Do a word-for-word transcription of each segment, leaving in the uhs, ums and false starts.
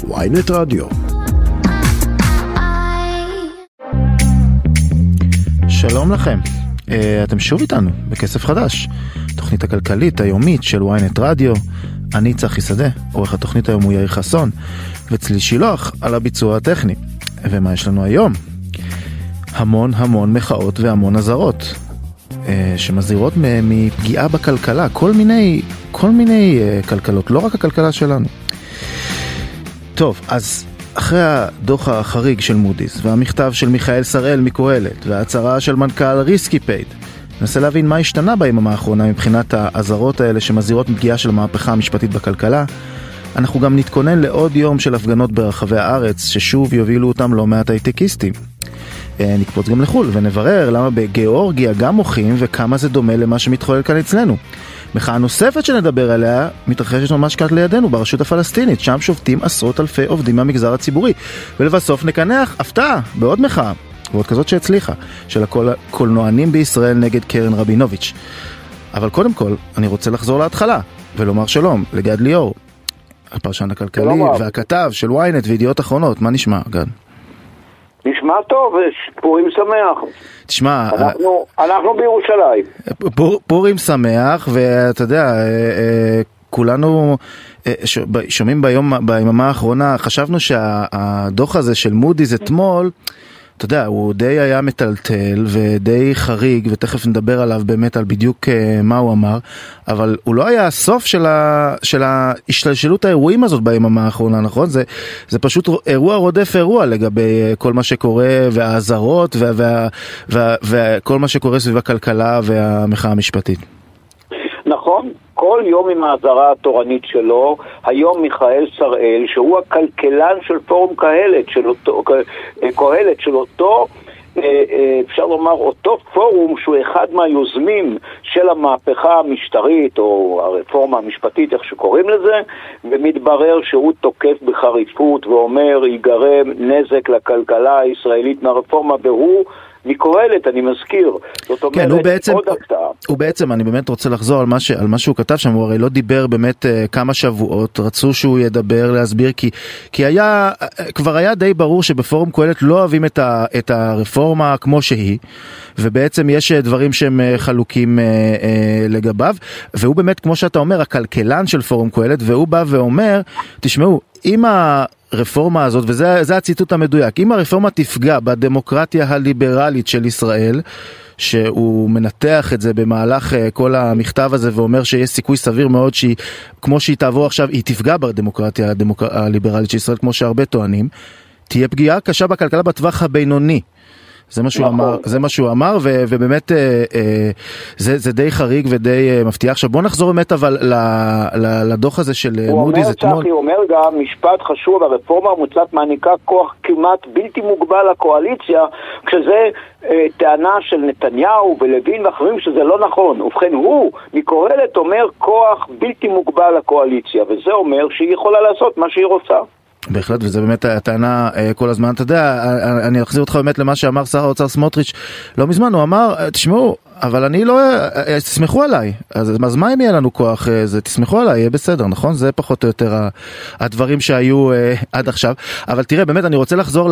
וויינט רדיו. שלום לכם, אתם שוב איתנו בכסף חדש, תוכנית הכלכלית היומית של וויינט רדיו. אני צחי שדה, עורך התוכנית היום הוא יאיר חסון, וצלי שילוח על הביצוע הטכני. ומה יש לנו היום? המון המון מחאות והמון הזרות שמזהירות מפגיעה בכלכלה, כל מיני כל מיני כלכלות, לא רק הכלכלה שלנו. טוב, אז אחרי הדוח החריג של מודי'ס והמכתב של מיכאל שראל מקהלת וההצהרה של מנכ"ל ריסקי פייד, ננסה להבין מה השתנה ביממה האחרונה מבחינת האזהרות האלה שמזהירות מפגיעה של המהפכה המשפטית בכלכלה. אנחנו גם נתכונן לעוד יום של הפגנות ברחבי הארץ ששוב יובילו אותם לא מעט הייטקיסטים. נקפוץ גם לחול ונברר למה בגיאורגיה גם מוחים וכמה זה דומה למה שמתחולל כאן אצלנו. מחאה נוספת שנדבר עליה מתרחשת ממש כאן לידינו ברשות הפלסטינית, שם שובתים עשרות אלפי עובדים מהמגזר הציבורי. ולבסוף נקנח הפתעה בעוד מחאה, ועוד כזאת שהצליחה, של הקולנוענים בישראל נגד קרן רבינוביץ'. אבל קודם כל אני רוצה לחזור להתחלה ולומר שלום לגד ליאור, הפרשן הכלכלי והכתב של וויינט וידיעות אחרונות. מה נשמע, גד? נשמע טוב, פורים שמח. תשמע, אנחנו, אנחנו בירושלים. פור, פורים שמח, ואתה יודע, כולנו שומעים ביום, ביממה האחרונה, חשבנו שהדוח הזה של מודי'ס אתמול, אתה יודע, הוא די היה מטלטל ודי חריג, ותכף נדבר עליו באמת על בדיוק מה הוא אמר, אבל הוא לא היה הסוף של, ה, של ההשתלשלות האירועים הזאת ביממה האחרונה, נכון? זה, זה פשוט אירוע רודף אירוע לגבי כל מה שקורה והאזהרות וה, וה, וה, וכל מה שקורה סביב הכלכלה והמחאה המשפטית. נכון. כל יום עם ההזרה התורנית שלו. היום מיכאל שראל, שהוא הכלכלן של פורום קהלת, של אותו, קהלת, של אותו, אפשר לומר, אותו פורום שהוא אחד מהיוזמים של המהפכה המשטרית, או הרפורמה המשפטית, איך שקוראים לזה, ומתברר שהוא תוקף בחריפות ואומר, ייגרם נזק לכלכלה הישראלית מהרפורמה, והוא מקהלת, אני מזכיר. זאת אומרת, כן, הוא בעצם, עוד הפתעה. הוא בעצם, אני באמת רוצה לחזור על מה, ש, על מה שהוא כתב שם, הוא הרי לא דיבר באמת uh, כמה שבועות, רצו שהוא ידבר, להסביר, כי, כי היה, כבר היה די ברור שבפורום קהלת לא אוהבים את, ה, את הרפורמה כמו שהיא, ובעצם יש דברים שהם חלוקים uh, uh, לגביו, והוא באמת, כמו שאתה אומר, הכלכלן של פורום קהלת, והוא בא ואומר, תשמעו, אם ה... רפורמה הזאת, וזה זה הציטוט המדויק, אם הרפורמה תפגע בדמוקרטיה הליברלית של ישראל, שהוא מנתח את זה במהלך כל המכתב הזה ואומר שיש סיכוי סביר מאוד שהיא, כמו שהיא תעבור עכשיו, היא תפגע בדמוקרטיה הדמוק... הליברלית של ישראל, כמו שהרבה טוענים, תהיה פגיעה קשה בכלכלה בטווח הבינוני. זה מה שהוא אמר, זה מה שהוא אמר, ו, ובאמת אה, אה, זה, זה די חריג ודי אה, מפתיע. עכשיו בוא נחזור באמת אבל ל, ל, לדוח הזה של מודי'ס אתמול. הוא אומר גם משפט חשוב, הרפורמה המוצעת מעניקה כוח כמעט בלתי מוגבל לקואליציה, כשזה אה, טענה של נתניהו ולוין ואחרים שזה לא נכון. ובכן הוא, מקהלת, אומר כוח בלתי מוגבל לקואליציה, וזה אומר שהיא יכולה לעשות מה שהיא רוצה. בהחלט, וזה באמת הטענה כל הזמן. אתה יודע, אני אחזיר אותך באמת למה שאמר שר האוצר סמוטריץ' לא מזמן, הוא אמר, תשמעו, אבל אני לא, תסמכו עליי, אז, אז מה אם יהיה לנו כוח, זה, תסמכו עליי, יהיה בסדר, נכון? זה פחות או יותר הדברים שהיו עד עכשיו. אבל תראה, באמת אני רוצה לחזור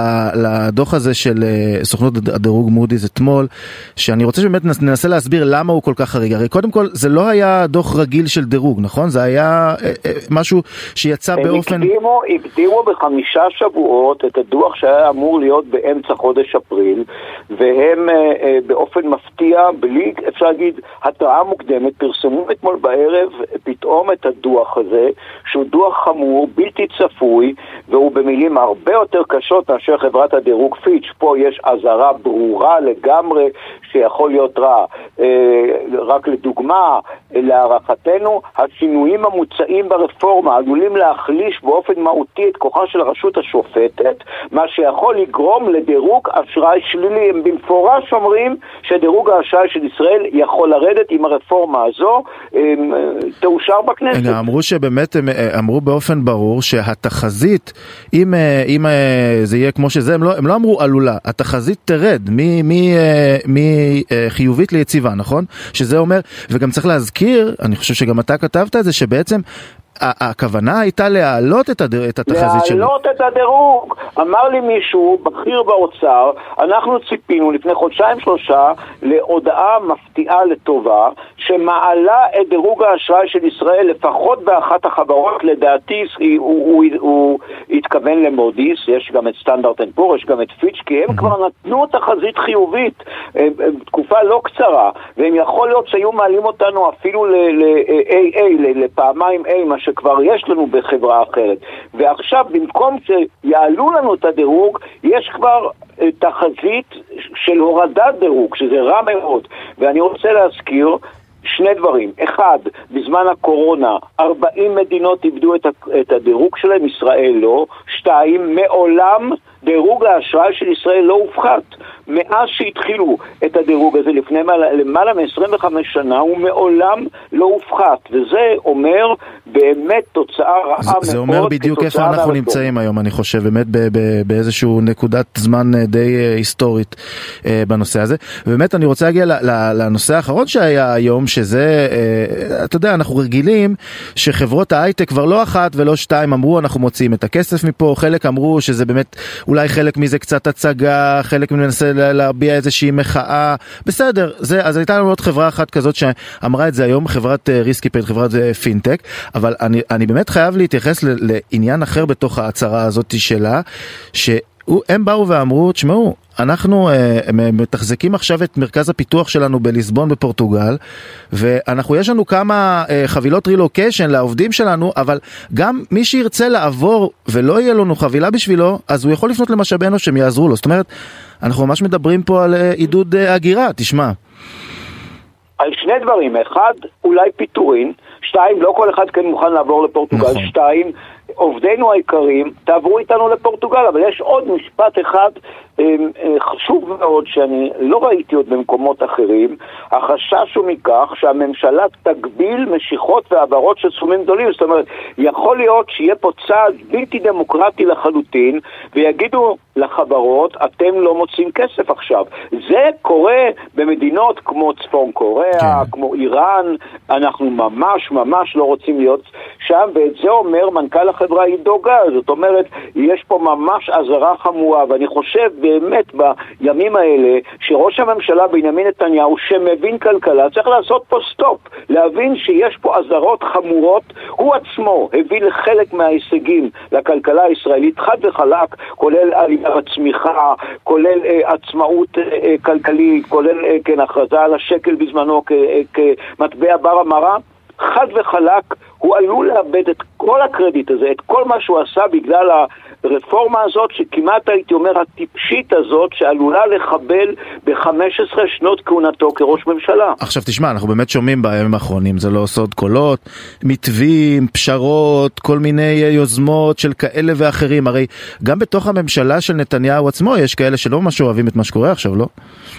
לדוח הזה של סוכנות הדירוג מודי'ס אתמול, שאני רוצה שבאמת ננסה להסביר למה הוא כל כך חריג. הרי קודם כל, זה לא היה דוח רגיל של דירוג, נכון? זה היה משהו שיצא באופן... הם הקדימו, הקדימו בחמישה שבועות את הדוח שהיה אמור להיות באמצע חודש אפריל, והם באופן מפתיע, בלי, אפשר להגיד, התראה מוקדמת, פרסמו אתמול בערב פתאום את הדוח הזה, שהוא דוח חמור, בלתי צפוי, והוא במילים הרבה יותר קשות מאשר חברת הדירוג פיץ'. פה יש אזהרה ברורה לגמרי שיכול להיות רע. רק לדוגמה, להערכתנו, השינויים המוצעים ברפורמה עלולים להחליש באופן מהותי את כוחה של הרשות השופטת, מה שיכול לגרום לדירוג אשראי שלילי. הם במפורש אומרים שדירוג האשראי של ישראל יכול לרדת עם הרפורמה הזו תאושר בכנסת. אמרו שבאמת, אמרו באופן ברור שהתחזית, אם, אם זה יהיה כמו שזה, הם לא, הם לא אמרו עלולה, התחזית תרד מחיובית ליציבה, נכון? שזה אומר, וגם צריך להזכיר, אני חושב שגם אתה כתבת את זה, שבעצם הכוונה הייתה להעלות את התחזית שלו. להעלות את הדירוג. אמר לי מישהו, בכיר באוצר, אנחנו ציפינו לפני חודשיים שלושה להודעה מפתיעה לטובה, שמעלה את דירוג האשראי של ישראל לפחות באחת החברות, לדעתי הוא, הוא, הוא, הוא התכוון למודיס, יש גם את סטנדרט אנד פור, יש גם את פיץ', כי הם כבר נתנו תחזית חיובית, תקופה לא קצרה, והם יכול להיות שהיו מעלים אותנו אפילו ל-איי איי, לפעמיים A, מה שכבר יש לנו בחברה אחרת. ועכשיו, במקום שיעלו לנו את הדירוג, יש כבר תחזית של הורדת דירוג, שזה רע מאוד. ואני רוצה להזכיר שני דברים. אחד, בזמן הקורונה, ארבעים מדינות איבדו את הדירוג שלהם, ישראל לא. שתיים, מעולם דירוג האשראי של ישראל לא הופחת. מאז שהתחילו את הדירוג הזה לפני למעלה מ-עשרים וחמש שנה, הוא מעולם לא הופחת, וזה אומר באמת תוצאה רעה מאוד. זה אומר בדיוק איפה אנחנו נמצאים היום, אני חושב, באמת באיזשהו נקודת זמן די היסטורית בנושא הזה. ובאמת אני רוצה להגיע לנושא האחרון שהיה היום, שזה, אתה יודע, אנחנו רגילים שחברות ההייטק כבר לא אחת ולא שתיים אמרו, אנחנו מוציאים את הכסף מפה, חלק אמרו שזה באמת, אולי חלק מזה קצת הצגה, חלק מנסה להביע איזושהי מחאה, בסדר, זה, אז הייתה לנו עוד חברה אחת כזאת שאמרה את זה היום, חברת ריסקיפייד, חברת פינטק, אבל אני, אני באמת חייב להתייחס לעניין אחר בתוך ההצהרה הזאת שלה, שהם באו ואמרו, תשמעו, אנחנו uh, מתחזקים עכשיו את מרכז הפיתוח שלנו בליסבון בפורטוגל, ואנחנו יש לנו כמה uh, חבילות רילוקיישן לעובדים שלנו, אבל גם מי שירצה לעבור ולא יהיה לנו חבילה בשבילו, אז הוא יכול לפנות למשאבי אנוש שהם יעזרו לו. זאת אומרת, אנחנו ממש מדברים פה על uh, עידוד uh, הגירה, תשמע. על שני דברים, אחד, אולי פיטורין, שתיים, לא כל אחד כן מוכן לעבור לפורטוגל, נכון. שתיים, עובדינו העיקרים, תעברו איתנו לפורטוגל, אבל יש עוד משפט אחד חשוב מאוד שאני לא ראיתי עוד במקומות אחרים. החשש הוא מכך שהממשלה תגביל משיכות והעברות של סכומים גדולים. זאת אומרת, יכול להיות שיהיה פה צעד בלתי דמוקרטי לחלוטין, ויגידו לחברות, אתם לא מוצאים כסף עכשיו. זה קורה במדינות כמו צפון קוריאה, כמו איראן, אנחנו ממש ממש לא רוצים להיות שם, ואת זה אומר מנכ"ל החברה עידו גל. זאת אומרת, יש פה ממש עזרה חמורה, ואני חושב באמת בימים האלה שראש הממשלה בנימין נתניהו שמבין כלכלה צריך לעשות פה סטופ, להבין שיש פה עזרות חמורות. הוא עצמו הביא לחלק מההישגים לכלכלה הישראלית חד וחלק, כולל עלייה בצמיחה, כולל אה, עצמאות אה, כלכלית, כולל אה, כן, הכרזה על השקל בזמנו כמטבע בר המרה. חד וחלק הוא עלול לאבד את כל הקרדיט הזה, את כל מה שהוא עשה בגלל הרפורמה הזאת, שכמעט הייתי אומר הטיפשית הזאת, שעלולה לחבל ב-חמש עשרה שנות כהונתו כראש ממשלה. עכשיו תשמע, אנחנו באמת שומעים בימים האחרונים, זה לא סוד קולות, מתווים, פשרות, כל מיני יוזמות של כאלה ואחרים. הרי גם בתוך הממשלה של נתניהו עצמו יש כאלה שלא ממש אוהבים את מה שקורה עכשיו, לא?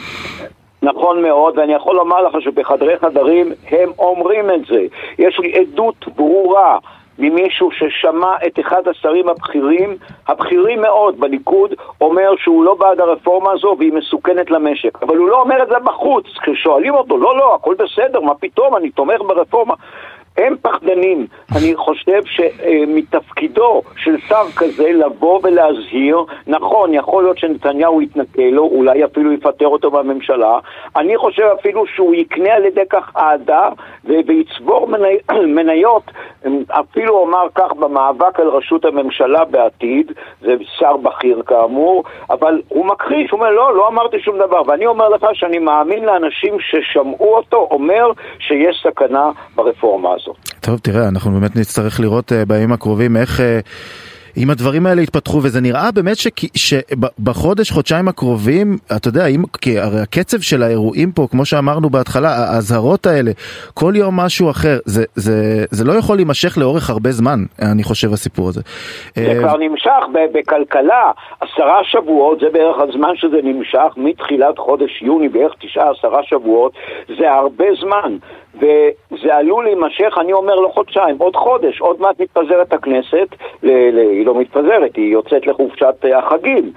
נכון מאוד, ואני יכול לומר לך שבחדרי חדרים הם אומרים את זה. יש לי עדות ברורה ממישהו ששמע את אחד השרים הבכירים, הבכירים מאוד בליכוד, אומר שהוא לא בעד הרפורמה הזו והיא מסוכנת למשק. אבל הוא לא אומר את זה בחוץ. כששואלים אותו, לא, לא, הכל בסדר, מה פתאום, אני תומך ברפורמה. הם פחדנים. אני חושב שמתפקידו של שר כזה לבוא ולהזהיר, נכון, יכול להיות שנתניהו יתנקה לו, אולי אפילו יפטר אותו בממשלה, אני חושב אפילו שהוא יקנה על ידי כך אהדה ויצבור מני... מניות, אפילו אומר כך במאבק על ראשות הממשלה בעתיד, זה שר בכיר כאמור, אבל הוא מכחיש, הוא אומר לא, לא אמרתי שום דבר, ואני אומר לך שאני מאמין לאנשים ששמעו אותו אומר שיש סכנה ברפורמה הזאת. טוב, תראה, אנחנו באמת נצטרך לראות בימים הקרובים איך אם הדברים האלה יתפתחו, וזה נראה באמת שבחודש, חודשיים הקרובים, אתה יודע, אם, כי הרי הקצב של האירועים פה, כמו שאמרנו בהתחלה, ההזהרות האלה, כל יום משהו אחר, זה, זה, זה לא יכול להימשך לאורך הרבה זמן, אני חושב, הסיפור הזה. זה כבר נמשך בכלכלה, עשרה שבועות, זה בערך הזמן שזה נמשך, מתחילת חודש יוני, בערך תשעה, עשרה שבועות, זה הרבה זמן. וזה עלול להימשך, אני אומר לו חודשיים, עוד חודש, עוד מעט מתפזרת הכנסת, ל- ל- היא לא מתפזרת, היא יוצאת לחופשת החגים.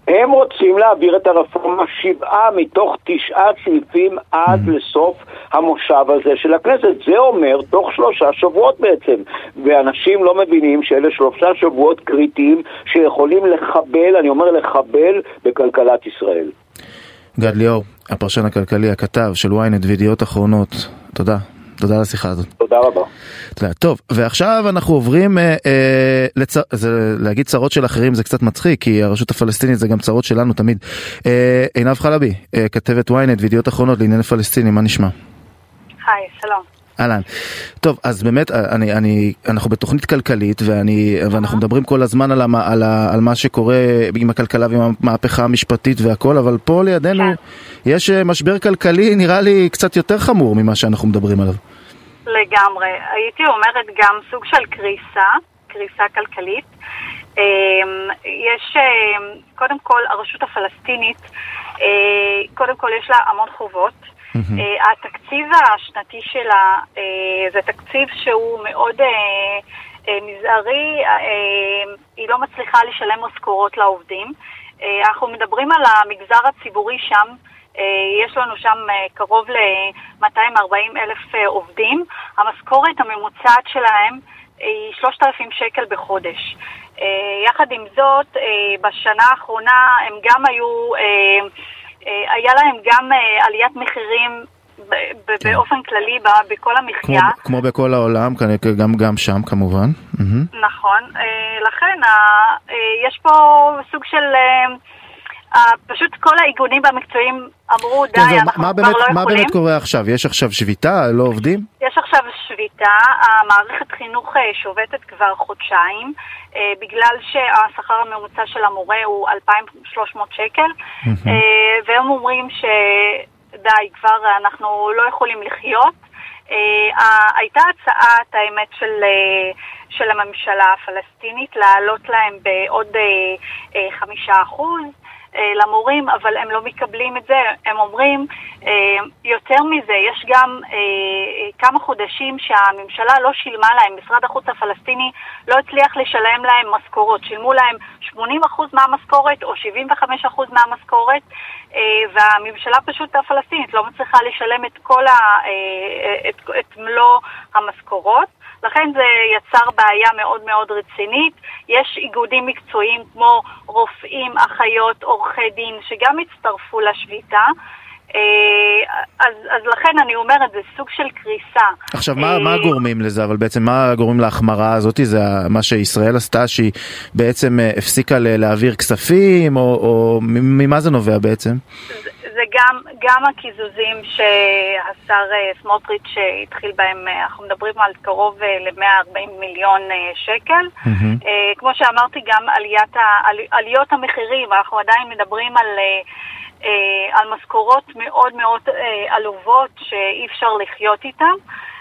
הם רוצים להעביר את הרפורמה שבעה מתוך תשעה סעיפים עד mm. לסוף המושב הזה של הכנסת. זה אומר תוך שלושה שבועות בעצם. ואנשים לא מבינים שאלה שלושה שבועות קריטיים שיכולים לחבל, אני אומר לחבל, בכלכלת ישראל. גד ליאור, הפרשן הכלכלי, הכתב של וויינט וידיעות אחרונות. תודה. תודה על השיחה הזאת. תודה רבה. תודה. טוב, ועכשיו אנחנו עוברים, אה, אה, לצ... זה, להגיד צרות של אחרים זה קצת מצחיק, כי הרשות הפלסטינית זה גם צרות שלנו תמיד. אה, עינב חלבי, אה, כתבת וויינט וידיעות אחרונות לענייני פלסטינים, מה נשמע? היי, שלום. אהלן. טוב, אז באמת, אני, אני, אנחנו בתוכנית כלכלית, ואני, ואנחנו מדברים כל הזמן על, המה, על, ה, על מה שקורה עם הכלכלה ועם המהפכה המשפטית והכל, אבל פה לידינו יש משבר כלכלי, נראה לי קצת יותר חמור ממה שאנחנו מדברים עליו. לגמרי. הייתי אומרת גם סוג של קריסה, קריסה כלכלית. יש, קודם כל, הרשות הפלסטינית, קודם כל יש לה המון חובות. Mm-hmm. Uh, התקציב השנתי שלה uh, זה תקציב שהוא מאוד uh, uh, מזערי, uh, uh, היא לא מצליחה לשלם משכורות לעובדים. Uh, אנחנו מדברים על המגזר הציבורי שם, uh, יש לנו שם uh, קרוב ל-מאתיים וארבעים אלף uh, עובדים, המשכורת הממוצעת שלהם היא שלושת אלפים שקל בחודש. Uh, יחד עם זאת, uh, בשנה האחרונה הם גם היו... Uh, היה להם גם עליית מחירים באופן כללי בכל המחיה. כמו בכל העולם, גם שם כמובן. נכון, לכן יש פה סוג של... פשוט כל האיגונים והמקצועיים אמרו די, אנחנו כבר לא יכולים. מה באמת קורה עכשיו? יש עכשיו שביתה? לא עובדים? יש עכשיו שביתה, המערכת חינוך שובתת כבר חודשיים, בגלל שהשכר הממוצע של המורה הוא אלפיים ושלוש מאות שקל, והם אומרים שדי, כבר אנחנו לא יכולים לחיות. הייתה הצעת האמת של... של הממשלה הפלסטינית להעלות להם בעוד חמישה אחוז למורים, אבל הם לא מקבלים את זה. הם אומרים יותר מזה, יש גם כמה חודשים שהממשלה לא שילמה להם, משרד החוץ הפלסטיני לא הצליח לשלם להם משכורות, שילמו להם שמונים אחוז מהמשכורת או שבעים וחמישה אחוז מהמשכורת, והממשלה פשוט הפלסטינית לא מצליחה לשלם את כל ה, את, את מלוא המשכורות. לכן זה יצר בעיה מאוד מאוד רצינית. יש איגודים מקצועיים כמו רופאים, אחיות, עורכי דין, שגם הצטרפו לשביתה. אז, אז לכן אני אומרת, זה סוג של קריסה. עכשיו, מה, מה גורמים לזה? אבל בעצם מה גורמים להחמרה הזאת? זה מה שישראל עשתה, שהיא בעצם הפסיקה להעביר כספים, או, או ממה זה נובע בעצם? זה, זה גם, גם הקיזוזים שהשר סמוטריץ' התחיל בהם, אנחנו מדברים על קרוב ל-מאה וארבעים מיליון שקל. Mm-hmm. כמו שאמרתי, גם עליית, עליות המחירים, אנחנו עדיין מדברים על... על משכורות מאוד מאוד עלובות שאי אפשר לחיות איתן,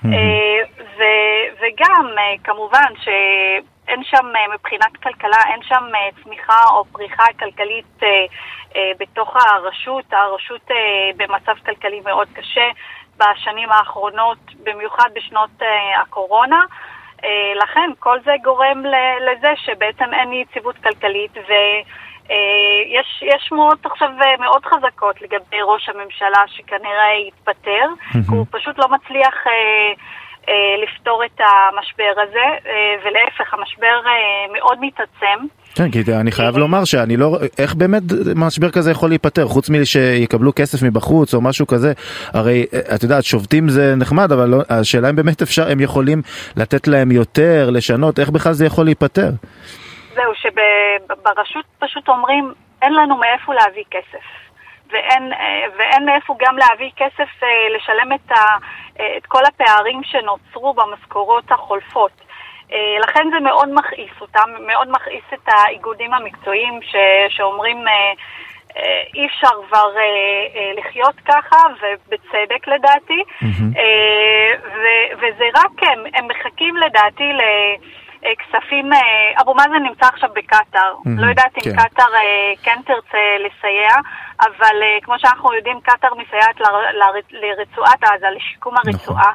וגם כמובן שאין שם מבחינת כלכלה, אין שם צמיחה או פריחה כלכלית בתוך הרשות. הרשות במצב כלכלי מאוד קשה בשנים האחרונות, במיוחד בשנות הקורונה. לכן כל זה גורם לזה שבעצם אין יציבות כלכלית, ו יש, יש שמועות עכשיו מאוד חזקות לגבי ראש הממשלה שכנראה יתפטר, mm-hmm. הוא פשוט לא מצליח אה, אה, לפתור את המשבר הזה, אה, ולהפך, המשבר אה, מאוד מתעצם. כן, כי אני חייב לומר שאני לא, איך באמת משבר כזה יכול להיפטר, חוץ מלי שיקבלו כסף מבחוץ או משהו כזה. הרי את יודעת, שובתים זה נחמד, אבל לא, השאלה אם באמת אפשר, הם יכולים לתת להם יותר, לשנות, איך בכלל זה יכול להיפטר? זהו, שברשות פשוט אומרים, אין לנו מאיפה להביא כסף. ואין, ואין מאיפה גם להביא כסף לשלם את, ה, את כל הפערים שנוצרו במשכורות החולפות. לכן זה מאוד מכעיס אותם, מאוד מכעיס את האיגודים המקצועיים ש, שאומרים, אי אפשר כבר לחיות ככה, ובצדק לדעתי. Mm-hmm. ו, וזה רק, הם, הם מחכים לדעתי ל... כספים, אבו מאזן נמצא עכשיו בקטר, mm-hmm, לא יודעת אם כן. קטר כן תרצה לסייע, אבל כמו שאנחנו יודעים, קטר מסייעת ל, ל, לרצועת עזה, לשיקום הרצועה,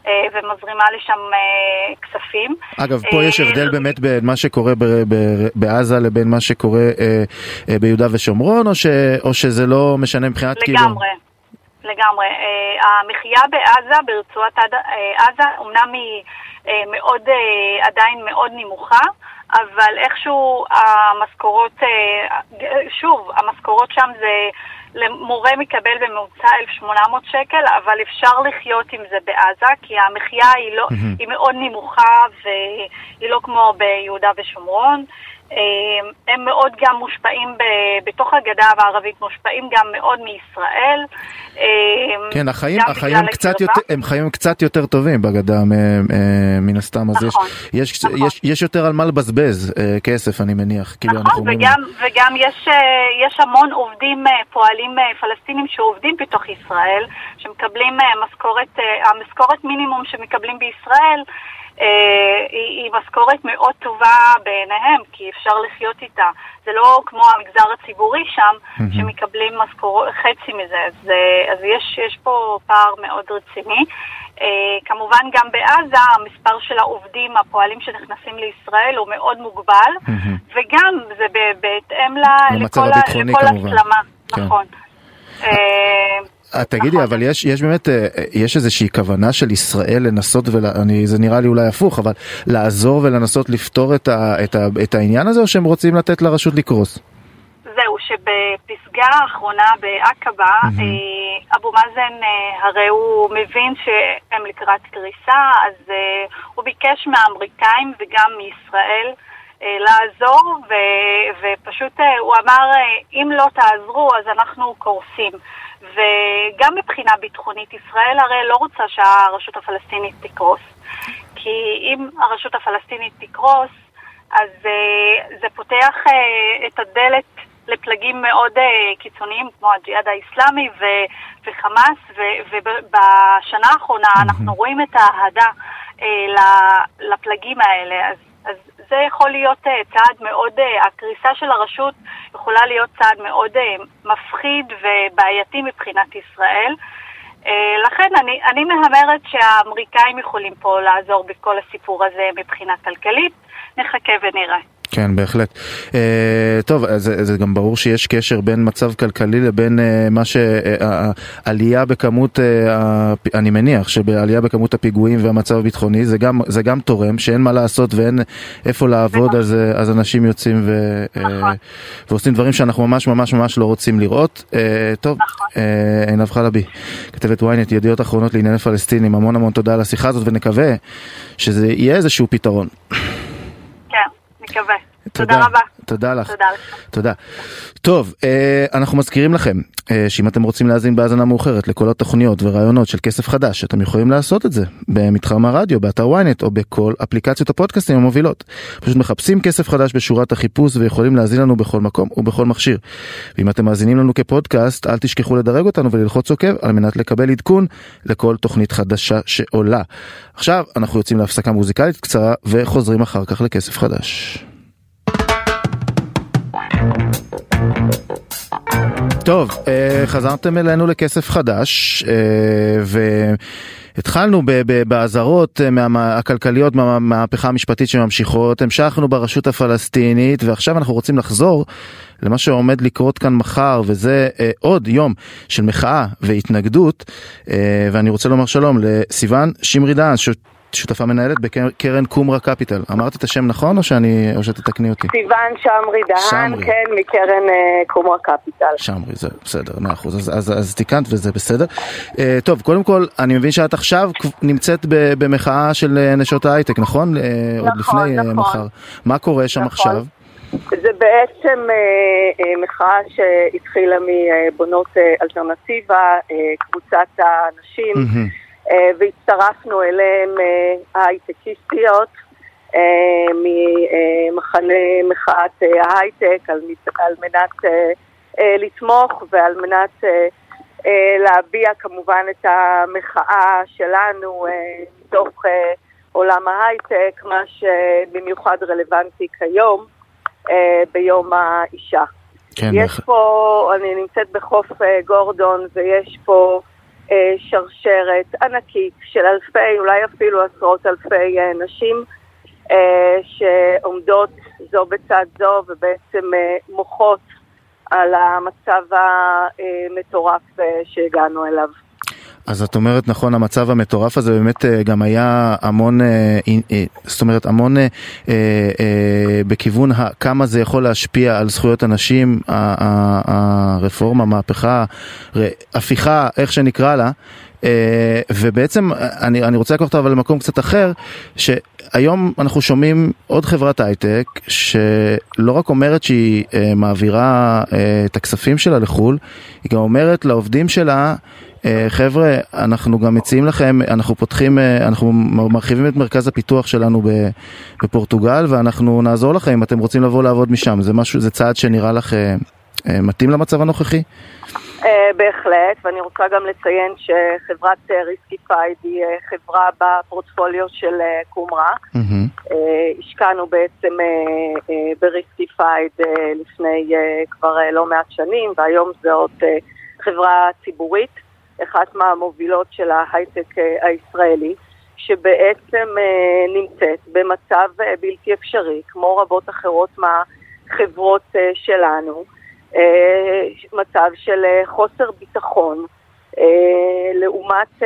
ומזרימה לשם כספים. אגב, פה יש הבדל באמת בין מה שקורה בעזה לבין מה שקורה ביהודה ושומרון, או שזה לא משנה מבחינת כאילו? לגמרי, לגמרי. המחיה בעזה, ברצועת עזה, אמנם היא מאוד, עדיין מאוד נמוכה, אבל איכשהו המשכורות, שוב, המשכורות שם זה, מורה מקבל בממוצע אלף ושמונה מאות שקל, אבל אפשר לחיות עם זה בעזה, כי המחיה היא, לא, mm-hmm. היא מאוד נמוכה, והיא לא כמו ביהודה ושומרון. הם מאוד גם מושפעים בתוך הגדה הערבית, מושפעים גם מאוד מישראל. כן, החיים, החיים קצת יותר, הם חיים קצת יותר טובים בגדה מן הסתם, אז נכון, יש, נכון. יש, יש יותר על מה לבזבז כסף, אני מניח. נכון, וגם, וגם יש, יש המון עובדים, פועלים פלסטינים שעובדים בתוך ישראל, שמקבלים משכורת, המשכורת מינימום שמקבלים בישראל, היא, היא משכורת מאוד טובה בעיניהם, כי אפשר לחיות איתה. זה לא כמו המגזר הציבורי שם, mm-hmm. שמקבלים משכורות, חצי מזה. אז, אז יש, יש פה פער מאוד רציני. כמובן גם בעזה, המספר של העובדים, הפועלים שנכנסים לישראל, הוא מאוד מוגבל, mm-hmm. וגם זה בהתאם לכל, לכל הסלמה. כן. נכון. תגידי, אבל יש, יש באמת, יש איזושהי כוונה של ישראל לנסות, וזה נראה לי אולי הפוך, אבל לעזור ולנסות לפתור את, ה, את, ה, את העניין הזה, או שהם רוצים לתת לרשות לקרוס? זהו, שבפסגה האחרונה בעקבה, mm-hmm. אבו מאזן הרי הוא מבין שהם לקראת קריסה, אז הוא ביקש מהאמריקאים וגם מישראל לעזור, ו- ופשוט הוא אמר, אם לא תעזרו, אז אנחנו קורסים. וגם מבחינה ביטחונית, ישראל הרי לא רוצה שהרשות הפלסטינית תקרוס. כי אם הרשות הפלסטינית תקרוס, אז זה פותח את הדלת לפלגים מאוד קיצוניים, כמו הג'יהאד האסלאמי ו- וחמאס, ו- ובשנה האחרונה אנחנו רואים את ההדה לפלגים האלה. אז אז זה יכול להיות uh, צעד מאוד, uh, הקריסה של הרשות יכולה להיות צעד מאוד uh, מפחיד ובעייתי מבחינת ישראל. Uh, לכן אני, אני מהמרת שהאמריקאים יכולים פה לעזור בכל הסיפור הזה מבחינה כלכלית. נחכה ונראה. כן, בהחלט. Uh, טוב, זה, זה גם ברור שיש קשר בין מצב כלכלי לבין uh, מה שעלייה uh, בכמות, uh, אני מניח שבעלייה בכמות הפיגועים והמצב הביטחוני, זה גם, זה גם תורם, שאין מה לעשות ואין איפה לעבוד, אז, אז אנשים יוצאים ו, uh, ועושים דברים שאנחנו ממש ממש ממש לא רוצים לראות. Uh, טוב, עינב חלבי, כתבת וויינט, ידיעות אחרונות לענייני פלסטינים, המון המון תודה על השיחה הזאת, ונקווה שזה יהיה איזשהו פתרון. מקווה. תודה, תודה רבה. תודה לך. תודה לך. תודה. טוב, אנחנו מזכירים לכם שאם אתם רוצים להאזין בהאזנה מאוחרת לכל התוכניות ורעיונות של כסף חדש, אתם יכולים לעשות את זה במתחם הרדיו, באתר וויינט או בכל אפליקציות הפודקאסטים המובילות. פשוט מחפשים כסף חדש בשורת החיפוש ויכולים להאזין לנו בכל מקום ובכל מכשיר. ואם אתם מאזינים לנו כפודקאסט, אל תשכחו לדרג אותנו וללחוץ עוקב על מנת לקבל עדכון לכל תוכנית חדשה שעולה. עכשיו אנחנו יוצאים להפסקה מוזיקלית קצרה וחוזרים אחר כך לכסף חדש. טוב, חזרתם אלינו לכסף חדש, והתחלנו בעזרות הכלכליות מהמהפכה המשפטית שממשיכות, המשכנו ברשות הפלסטינית, ועכשיו אנחנו רוצים לחזור למה שעומד לקרות כאן מחר, וזה עוד יום של מחאה והתנגדות, ואני רוצה לומר שלום לסיוון שמרי דהן, שותפה מנהלת בקרן קומרה קפיטל. אמרתי את השם נכון או שאני או שתתקני אותי? סיוון שמרי דהן, כן, מקרן קומרה קפיטל. שמרי, זה בסדר, מאה אחוז. אז, אז, אז תיקנת וזה בסדר. Uh, טוב, קודם כל, אני מבין שאת עכשיו נמצאת במחאה של נשות ההייטק, נכון? Uh, נכון, עוד לפני נכון. מחר. מה קורה שם נכון. עכשיו? זה בעצם uh, uh, מחאה שהתחילה מבונות uh, אלטרנטיבה, uh, קבוצת האנשים, mm-hmm. והצטרפנו אליהם ההייטקיסטיות ממחנה מחאת ההייטק על מנת לתמוך ועל מנת להביע כמובן את המחאה שלנו מתוך עולם ההייטק, מה שבמיוחד רלוונטי כיום ביום האישה. כן, יש פה, אני נמצאת בחוף גורדון ויש פה שרשרת ענקית של אלפי, אולי אפילו עשרות אלפי נשים שעומדות זו בצד זו ובעצם מוחות על המצב המטורף שהגענו אליו. אז את אומרת, נכון, המצב המטורף הזה באמת גם היה המון, זאת אומרת, המון בכיוון כמה זה יכול להשפיע על זכויות אנשים, הרפורמה, מהפכה, הפיכה, איך שנקרא לה, ובעצם אני, אני רוצה לקחת אותה אבל למקום קצת אחר, שהיום אנחנו שומעים עוד חברת הייטק שלא רק אומרת שהיא מעבירה את הכספים שלה לחול, היא גם אומרת לעובדים שלה, חבר'ה, אנחנו גם מציעים לכם, אנחנו פותחים, אנחנו מרחיבים את מרכז הפיתוח שלנו בפורטוגל, ואנחנו נעזור לכם אם אתם רוצים לבוא לעבוד משם. זה משהו, זה צעד שנראה לך מתאים למצב הנוכחי? בהחלט, ואני רוצה גם לציין שחברת ריסקיפייד היא חברה בפורטפוליו של קומרה. השקענו בעצם בריסקיפייד לפני כבר לא מעט שנים, והיום זאת חברה ציבורית, אחת מהמובילות של ההייטק הישראלי, שבעצם נמצאת במצב בלתי אפשרי, כמו רבות אחרות מהחברות שלנו, מצב של חוסר ביטחון, לעומת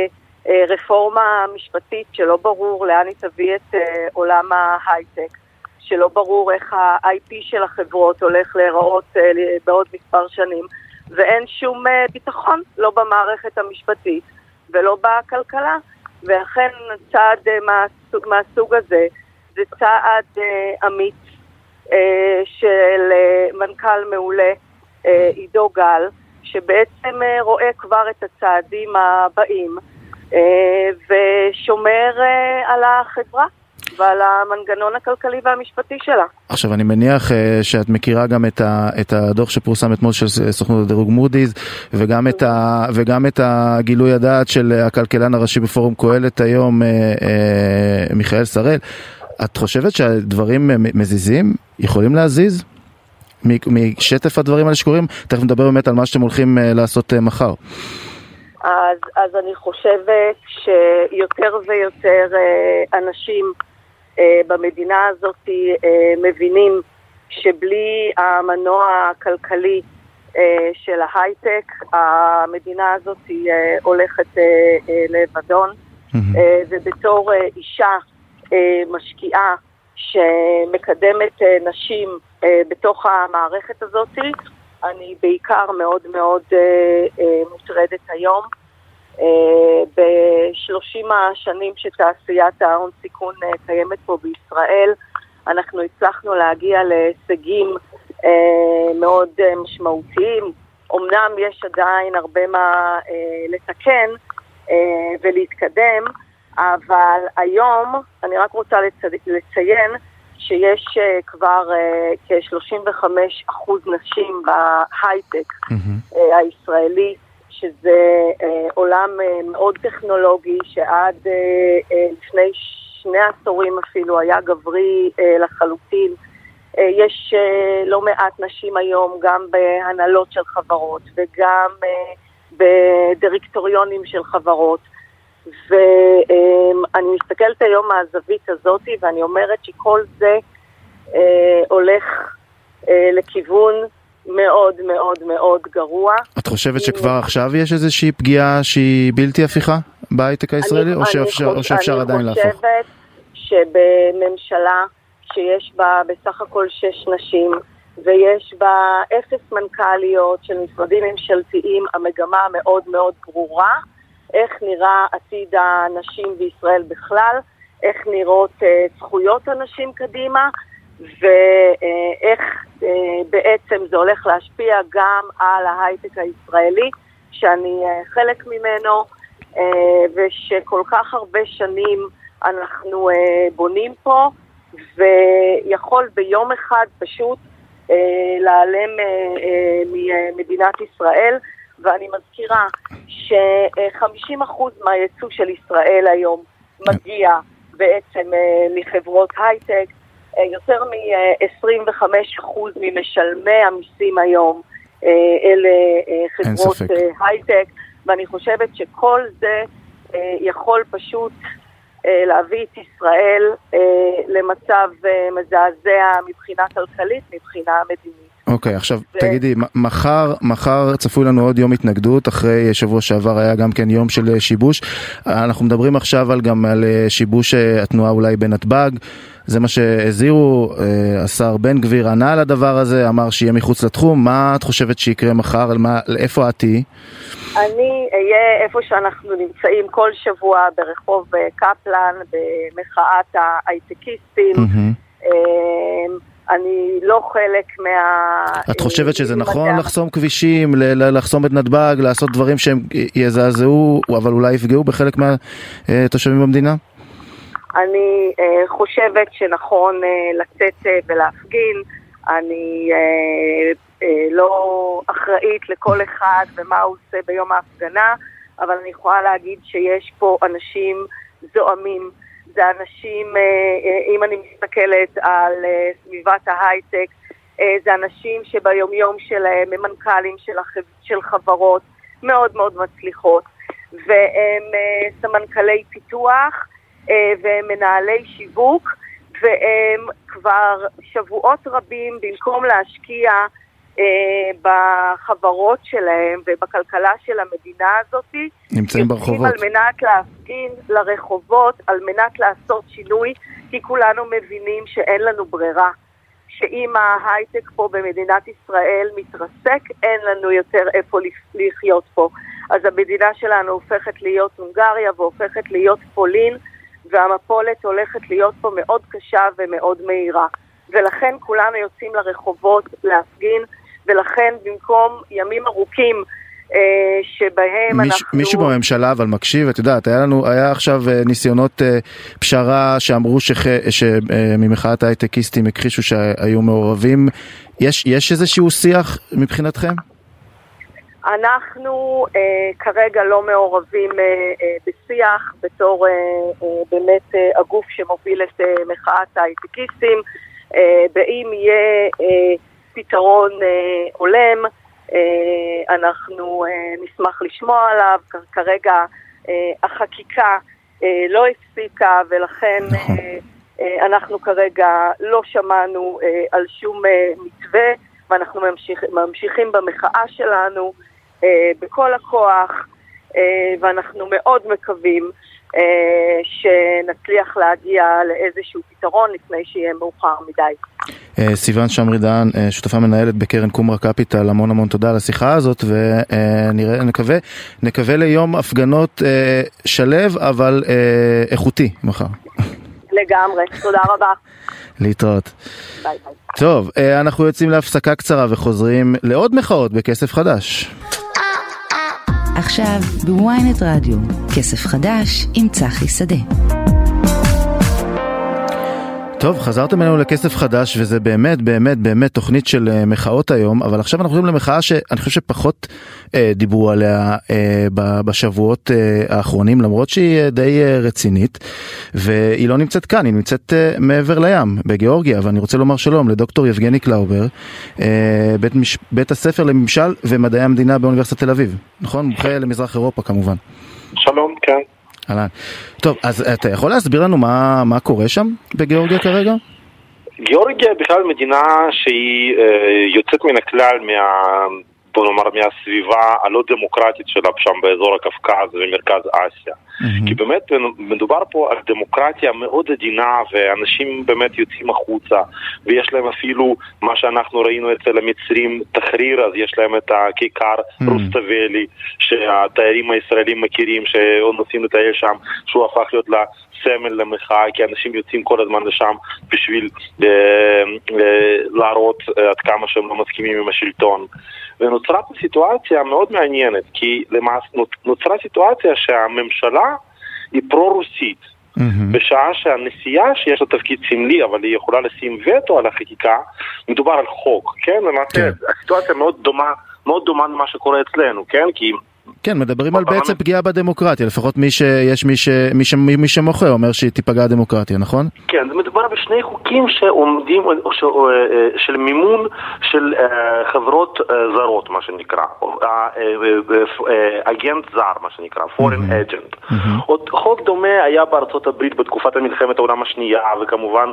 רפורמה משפטית שלא ברור לאן היא תביא את עולם ההייטק, שלא ברור איך ה-איי פי של החברות הולך להיראות בעוד מספר שנים, ואין שום ביטחון, לא במערכת המשפטית ולא בכלכלה, ואכן צעד מהסוג, מהסוג הזה זה צעד אמיץ של מנכ"ל מעולה עידו גל, שבעצם רואה כבר את הצעדים הבאים ושומר על החברה ועל המנגנון הכלכלי והמשפטי שלה. עכשיו אני מניח שאת מכירה גם את, ה, את הדוח שפורסם אתמול של סוכנות הדירוג מודי'ס, וגם את, ה, וגם את הגילוי הדעת של הכלכלן הראשי בפורום קהלת היום, מיכאל שראל. את חושבת שהדברים מזיזים? יכולים להזיז? משטף הדברים האלה שקורים? תכף נדבר באמת על מה שאתם הולכים לעשות מחר. אז, אז אני חושבת שיותר ויותר אנשים במדינה הזאת מבינים שבלי המנוע הכלכלי של ההייטק, המדינה הזאת הולכת לאבדון, ובתור אישה משקיעה שמקדמת נשים בתוך המערכת הזאת, אני בעיקר מאוד מאוד מוטרדת היום. בשלושים השנים שתעשיית ההון סיכון קיימת פה בישראל, אנחנו הצלחנו להגיע להישגים מאוד משמעותיים. אמנם יש עדיין הרבה מה לתקן ולהתקדם, אבל היום אני רק רוצה לציין שיש כבר כ-שלושים וחמישה אחוז נשים בהייטק הישראלי, שזה עולם מאוד טכנולוגי, שעד לפני שני עשורים אפילו היה גברי לחלוטין. יש לא מעט נשים היום גם בהנהלות של חברות וגם בדירקטוריונים של חברות, ואני מסתכלת היום מהזווית הזאת ואני אומרת שכל זה הולך לכיוון מאוד מאוד מאוד גרוע. את חושבת שכבר עכשיו יש איזושהי פגיעה שהיא בלתי הפיכה בהייטק הישראלי, או שאפשר, או שאפשר עדיין להפוך? אני חושבת שבממשלה שיש בה בסך הכל שש נשים, ויש בה אפס מנכ"ליות של משרדים ממשלתיים, המגמה מאוד מאוד ברורה, איך נראה עתיד הנשים בישראל בכלל, איך נראות זכויות הנשים קדימה, ואיך בעצם זה הולך להשפיע גם על ההייטק הישראלי, שאני חלק ממנו, ושכל כך הרבה שנים אנחנו בונים פה, ויכול ביום אחד פשוט להיעלם ממדינת ישראל. ואני מזכירה ש-חמישים אחוז מהייצוא של ישראל היום מגיע בעצם מחברות הייטק, יותר מ-עשרים וחמישה אחוז ממשלמי המיסים היום אלה חברות הייטק, ואני חושבת שכל זה אה, יכול פשוט אה, להביא את ישראל אה, למצב אה, מזעזע מבחינה כלכלית, מבחינה מדינית. אוקיי, עכשיו תגידי, מחר, מחר צפוי לנו עוד יום התנגדות, אחרי שבוע שעבר היה גם כן יום של שיבוש. אנחנו מדברים עכשיו על גם על שיבוש התנועה אולי בנתב"ג, זה מה שהזהירו, השר בן גביר ענה על הדבר הזה, אמר שיהיה מחוץ לתחום. מה את חושבת שיקרה מחר? איפה את תהיי? אני אהיה איפה שאנחנו נמצאים כל שבוע, ברחוב קפלן, במחאת ההייטקיסטים. אני לא חלק מה... את חושבת שזה נכון לחסום כבישים, לחסום את נתב"ג, לעשות דברים שהם יזעזעו, אבל אולי יפגעו בחלק מהתושבים במדינה? אני חושבת שנכון לצאת ולהפגין. אני לא אחראית לכל אחד ומה הוא עושה ביום ההפגנה, אבל אני יכולה להגיד שיש פה אנשים זועמים. זה אנשים, אם אני מסתכלת על סביבת ההייטק, זה אנשים שביומיום שלהם הם מנכ"לים של, החב... של חברות מאוד מאוד מצליחות, והם סמנכ"לי פיתוח והם מנהלי שיווק, והם כבר שבועות רבים במקום להשקיע בחברות שלהם ובכלכלה של המדינה הזאת, נמצאים ברחובות. על מנת להפגין לרחובות, על מנת לעשות שינוי, כי כולנו מבינים שאין לנו ברירה, שאם ההייטק פה במדינת ישראל מתרסק, אין לנו יותר איפה לחיות פה. אז המדינה שלנו הופכת להיות הונגריה והופכת להיות פולין, והמפולת הולכת להיות פה מאוד קשה ומאוד מהירה. ולכן כולנו יוצאים לרחובות להפגין, ולכן במקום ימים ארוכים אה, שבהם מיש, אנחנו... מישהו בממשלה אבל מקשיב, את יודעת, היה לנו, היה עכשיו ניסיונות אה, פשרה שאמרו שממחאת אה, ההייטקיסטים הכחישו שהיו מעורבים. יש, יש איזשהו שיח מבחינתכם? אנחנו אה, כרגע לא מעורבים אה, אה, בשיח בתור אה, אה, באמת אה, הגוף שמוביל את אה, מחאת ההייטקיסטים. אה, באם יהיה אה, פתרון אה, הולם, אה, אנחנו אה, נשמח לשמוע עליו. כרגע אה, החקיקה אה, לא הפסיקה, ולכן אה, אה, אנחנו כרגע לא שמענו אה, על שום אה, מתווה, ואנחנו ממשיך, ממשיכים במחאה שלנו אה, בכל הכוח, אה, ואנחנו מאוד מקווים אה, שנצליח להגיע לאיזשהו פתרון לפני שיהיה מאוחר מדי. סיוון שמרי-דהן, שותפה מנהלת בקרן קומרה קפיטל, המון המון תודה על השיחה הזאת, ונראה, נקווה, נקווה ליום הפגנות שלב, אבל איכותי מחר. לגמרי, תודה רבה. להתראות. ביי ביי. טוב, אנחנו יוצאים להפסקה קצרה וחוזרים לעוד מחאות בכסף חדש. עכשיו בוויינט רדיו, כסף חדש עם צחי שדה. טוב, חזרתם אלינו לכסף חדש, וזה באמת, באמת, באמת תוכנית של מחאות היום, אבל עכשיו אנחנו חושבים למחאה שאני חושב שפחות אה, דיברו עליה אה, בשבועות אה, האחרונים, למרות שהיא די אה, רצינית, והיא לא נמצאת כאן, היא נמצאת אה, מעבר לים, בגיאורגיה, ואני רוצה לומר שלום לדוקטור יבגני קלאובר, אה, בית, מש... בית הספר לממשל ומדעי המדינה באוניברסיטת תל אביב, נכון? מומחה למזרח אירופה כמובן. שלום, כן. אלן. טוב, אז אתה יכול להסביר לנו מה, מה קורה שם בגיאורגיה כרגע? גיאורגיה בכלל מדינה שהיא אה, יוצאת מן הכלל מה, בוא נאמר, מהסביבה הלא דמוקרטית שלה שם באזור הקווקז ומרכז אסיה. Mm-hmm. כי באמת מדובר פה על דמוקרטיה מאוד עדינה, ואנשים באמת יוצאים החוצה, ויש להם אפילו מה שאנחנו ראינו אצל המצרים תחריר, אז יש להם את הכיכר mm-hmm. רוסטבלי, שהתיירים הישראלים מכירים, שנוסעים לטייל שם, שהוא הפך להיות לסמל למחאה, כי אנשים יוצאים כל הזמן לשם בשביל אה, אה, להראות עד כמה שהם לא מסכימים עם השלטון. ונוצרה פה סיטואציה מאוד מעניינת, כי למעשה נוצרה סיטואציה שהממשלה היא פרו-רוסית, mm-hmm. בשעה שהנשיאה שיש לה תפקיד סמלי, אבל היא יכולה לשים וטו על החקיקה, מדובר על חוק, כן? למעשה, okay. הסיטואציה מאוד דומה, מאוד דומה למה שקורה אצלנו, כן? כי... כן, מדברים על בעצם פגיעה בדמוקרטיה, לפחות מי שיש מי ש... מי ש... מי שמוכר אומר שהיא תיפגע הדמוקרטיה, נכון? כן, זה מדובר מדובר בשני חוקים שעומדים, של מימון של חברות זרות, מה שנקרא, אגנט זר, מה שנקרא, foreign agent. חוק דומה היה בארצות הברית בתקופת המלחמת העולם השנייה, וכמובן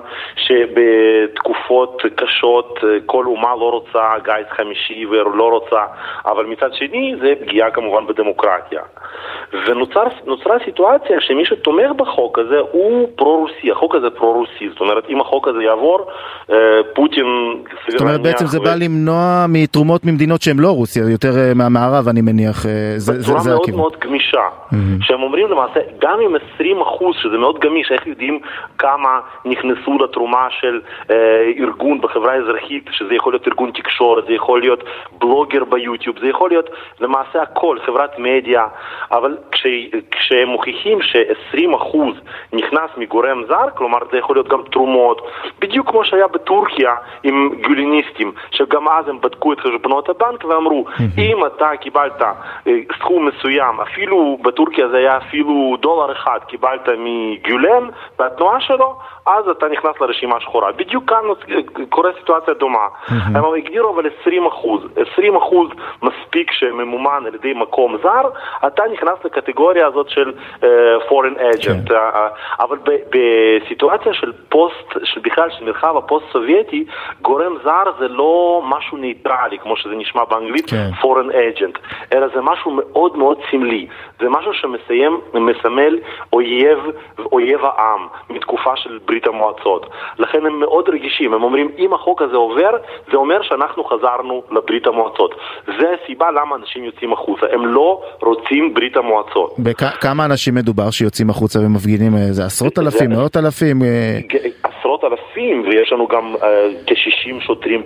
שבתקופות קשות כל אומה לא רוצה גיס חמישי ולא רוצה, אבל מצד שני זה פגיעה כמובן בדמוקרטיה. ונוצרה סיטואציה שמי שתומך בחוק הזה הוא פרו-רוסי, החוק הזה פרו-רוסי, זאת אומרת אם החוק הזה יעבור, פוטין... זאת אומרת בעצם זה בא למנוע מתרומות ממדינות שהן לא רוסיה, יותר מהמערב אני מניח, בצורה מאוד מאוד גמישה, שהם אומרים למעשה גם עם עשרים אחוז, שזה מאוד גמיש, איך יודעים כמה נכנסו לתרומה של ארגון בחברה האזרחית, שזה יכול להיות ארגון תקשורת, זה יכול להיות בלוגר ביוטיוב, זה יכול להיות למעשה הכל, חברת מדיה, אבל כש, כשהם מוכיחים ש-עשרים אחוז נכנס מגורם זר, כלומר זה יכול להיות גם תרומות, בדיוק כמו שהיה בטורקיה עם גיוליניסטים, שגם אז הם בדקו את חשבונות הבנק ואמרו, אם אתה קיבלת סכום מסוים, אפילו בטורקיה זה היה אפילו דולר אחד, קיבלת מגיולן והתנועה שלו, אז אתה נכנס לרשימה שחורה. בדיוק כאן קורה סיטואציה דומה. הם הגדירו אבל עשרים אחוז. עשרים אחוז מספיק שממומן על ידי מקום זר, אתה נכנס לקטגוריה הזאת של uh, foreign agent. Uh, אבל בסיטואציה של פוסט, של בכלל של מרחב הפוסט-סובייטי, גורם זר זה לא משהו ניטרלי, כמו שזה נשמע באנגלית, foreign agent, אלא זה משהו מאוד מאוד סמלי. זה משהו שמסיים, מסמל אויב, אויב העם, מתקופה של ברית המועצות. לכן הם מאוד רגישים. הם אומרים, אם החוק הזה עובר, זה אומר שאנחנו חזרנו לברית המועצות. זה הסיבה למה אנשים יוצאים החוצה. הם לא רוצים ברית המועצות. בכמה אנשים מדובר שיוצאים החוצה ומפגינים? זה עשרות אלפים, מאות אלפים? עשרות אלפים, ויש לנו גם כ-שישים שוטרים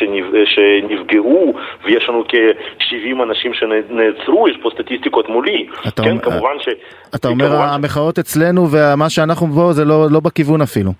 שנפגעו, ויש לנו כ-שבעים אנשים שנעצרו, יש פה סטטיסטיקות מולי. כן, כמובן ש... אתה אומר, המחאות אצלנו ומה שאנחנו בו זה לא בכיוון אפילו.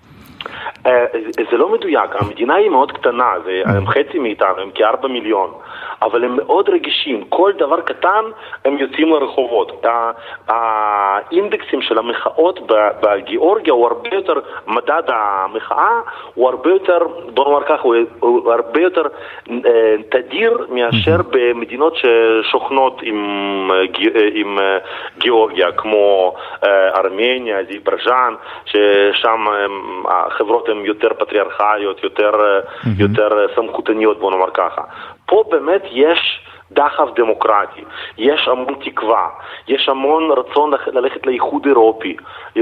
זה לא מדויק, המדינה היא מאוד קטנה, הם חצי מאיתנו, הם כארבע מיליון, אבל הם מאוד רגישים, כל דבר קטן הם יוצאים לרחובות. האינדקסים של המחאות בגיאורגיה הוא הרבה יותר, מדד המחאה הוא הרבה יותר, בוא נאמר כך, הוא הרבה יותר תדיר מאשר במדינות ששוכנות עם, עם גיאורגיה, כמו ארמניה, אזרבייג'ן, ששם החברות הן יותר פטריארכליות, יותר, יותר סמכותניות, בוא נאמר ככה. פה באמת יש דחף דמוקרטי, יש המון תקווה, יש המון רצון ללכת לאיחוד אירופי,